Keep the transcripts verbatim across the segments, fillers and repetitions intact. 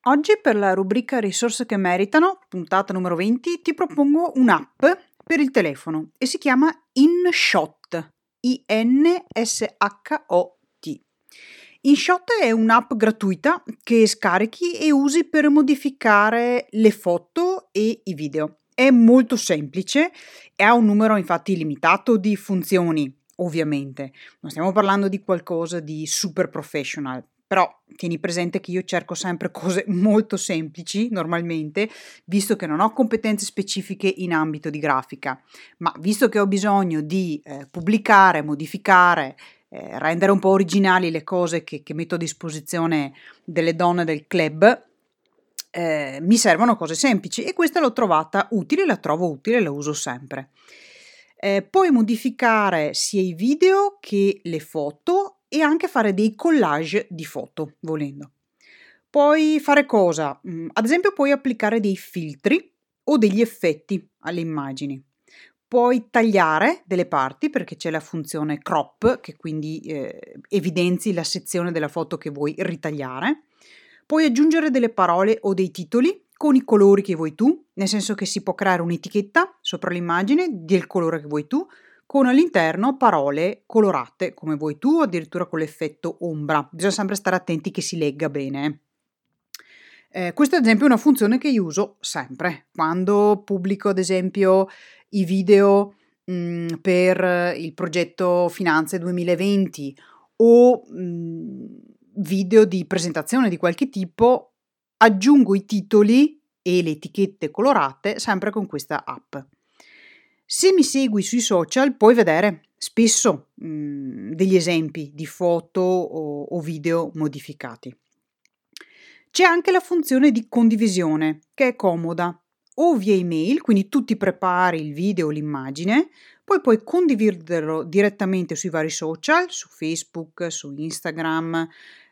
Oggi per la rubrica Risorse che meritano, puntata numero venti, ti propongo un'app per il telefono e si chiama InShot, I N S H O T. InShot è un'app gratuita che scarichi e usi per modificare le foto e i video. È molto semplice e ha un numero infatti limitato di funzioni, ovviamente. Non stiamo parlando di qualcosa di super professional. Però tieni presente che io cerco sempre cose molto semplici normalmente, visto che non ho competenze specifiche in ambito di grafica, ma visto che ho bisogno di eh, pubblicare, modificare, eh, rendere un po' originali le cose che, che metto a disposizione delle donne del club, eh, mi servono cose semplici e questa l'ho trovata utile, la trovo utile, la uso sempre. Eh, puoi modificare sia i video che le foto e anche fare dei collage di foto, volendo. Puoi fare cosa? Mm, ad esempio puoi applicare dei filtri o degli effetti alle immagini. Puoi tagliare delle parti perché c'è la funzione crop che quindi eh, evidenzi la sezione della foto che vuoi ritagliare. Puoi aggiungere delle parole o dei titoli con i colori che vuoi tu, nel senso che si può creare un'etichetta sopra l'immagine del colore che vuoi tu, con all'interno parole colorate come vuoi tu o addirittura con l'effetto ombra. Bisogna sempre stare attenti che si legga bene. Eh, questa ad esempio è una funzione che io uso sempre quando pubblico ad esempio i video mh, per il progetto Finanze duemilaventi o mh, video di presentazione di qualche tipo, aggiungo i titoli e le etichette colorate sempre con questa app. Se mi segui sui social puoi vedere spesso mh, degli esempi di foto o, o video modificati. C'è anche la funzione di condivisione che è comoda o via email, quindi tu ti prepari il video o l'immagine, poi puoi condividerlo direttamente sui vari social, su Facebook, su Instagram,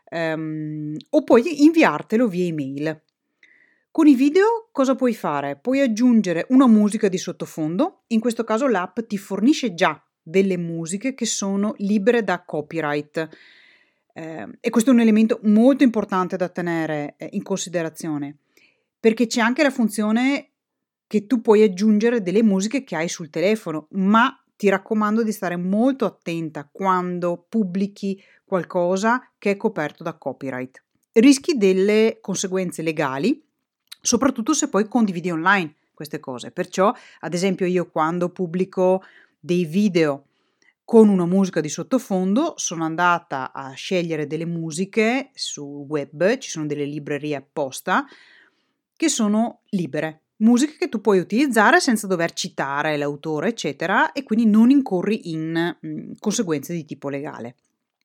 ehm, o puoi inviartelo via email. Con i video cosa puoi fare? Puoi aggiungere una musica di sottofondo, in questo caso l'app ti fornisce già delle musiche che sono libere da copyright eh, e questo è un elemento molto importante da tenere eh, in considerazione perché c'è anche la funzione che tu puoi aggiungere delle musiche che hai sul telefono, ma ti raccomando di stare molto attenta quando pubblichi qualcosa che è coperto da copyright. Rischi delle conseguenze legali soprattutto se poi condividi online queste cose. Perciò, ad esempio, io quando pubblico dei video con una musica di sottofondo sono andata a scegliere delle musiche sul web, ci sono delle librerie apposta che sono libere, musiche che tu puoi utilizzare senza dover citare l'autore, eccetera, e quindi non incorri in mh, conseguenze di tipo legale.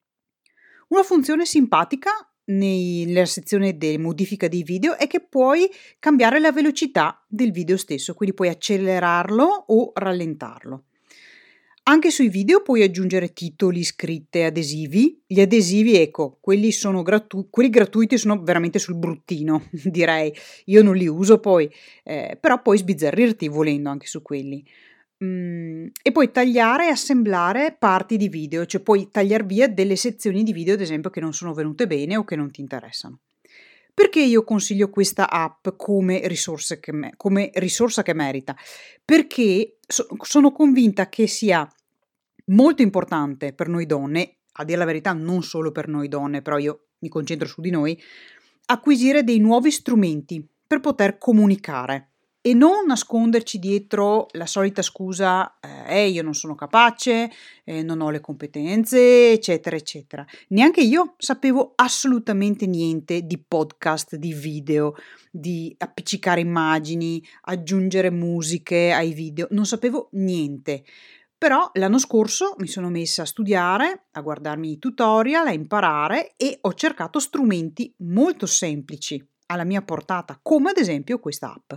Una funzione simpatica nella sezione delle modifiche dei video è che puoi cambiare la velocità del video stesso, quindi puoi accelerarlo o rallentarlo. Anche sui video puoi aggiungere titoli, scritte, adesivi. Gli adesivi, ecco, quelli sono gratu- quelli gratuiti sono veramente sul bruttino, direi. Io non li uso poi, eh, però puoi sbizzarrirti volendo anche su quelli. Mm, e poi tagliare e assemblare parti di video, cioè puoi tagliare via delle sezioni di video, ad esempio, che non sono venute bene o che non ti interessano. Perché io consiglio questa app come, risorse che me- come risorsa che merita? Perché so- sono convinta che sia molto importante per noi donne, a dire la verità non solo per noi donne, però io mi concentro su di noi, acquisire dei nuovi strumenti per poter comunicare e non nasconderci dietro la solita scusa eh, io non sono capace, eh, non ho le competenze, eccetera, eccetera. Neanche io sapevo assolutamente niente di podcast, di video, di appiccicare immagini, aggiungere musiche ai video, non sapevo niente. Però l'anno scorso mi sono messa a studiare, a guardarmi i tutorial, a imparare e ho cercato strumenti molto semplici alla mia portata, come ad esempio questa app.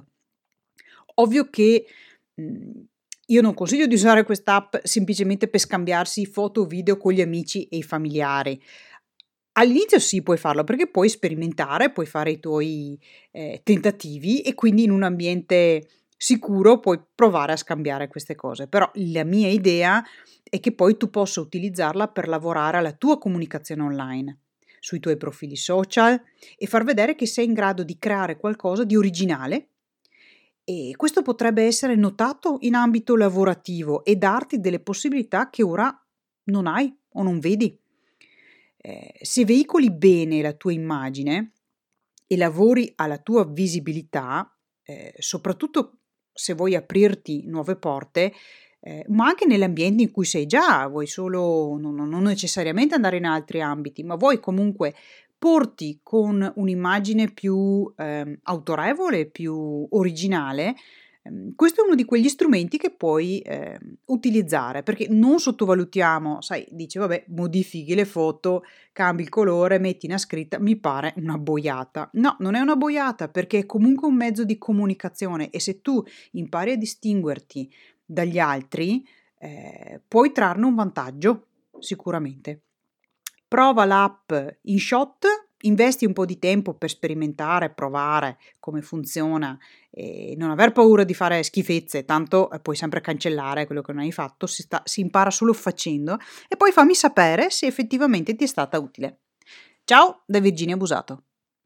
Ovvio che mh, io non consiglio di usare quest'app semplicemente per scambiarsi foto o video con gli amici e i familiari. All'inizio sì, puoi farlo perché puoi sperimentare, puoi fare i tuoi eh, tentativi e quindi in un ambiente sicuro puoi provare a scambiare queste cose. Però la mia idea è che poi tu possa utilizzarla per lavorare alla tua comunicazione online. sui tuoi profili social e far vedere che sei in grado di creare qualcosa di originale. E questo potrebbe essere notato in ambito lavorativo e darti delle possibilità che ora non hai o non vedi. Eh, se veicoli bene la tua immagine e lavori alla tua visibilità, eh, soprattutto se vuoi aprirti nuove porte, eh, ma anche nell'ambiente in cui sei già, vuoi solo, non, non necessariamente andare in altri ambiti, ma vuoi comunque porti con un'immagine più eh, autorevole, più originale. Ehm, questo è uno di quegli strumenti che puoi eh, utilizzare, perché non sottovalutiamo, sai, dici vabbè, modifichi le foto, cambi il colore, metti una scritta, mi pare una boiata. No, non è una boiata, perché è comunque un mezzo di comunicazione e se tu impari a distinguerti dagli altri, eh, puoi trarne un vantaggio, sicuramente. Prova l'app InShot, investi un po' di tempo per sperimentare, provare come funziona e non aver paura di fare schifezze, tanto puoi sempre cancellare quello che non hai fatto, si, sta, si impara solo facendo e poi fammi sapere se effettivamente ti è stata utile. Ciao da Virginia Busato.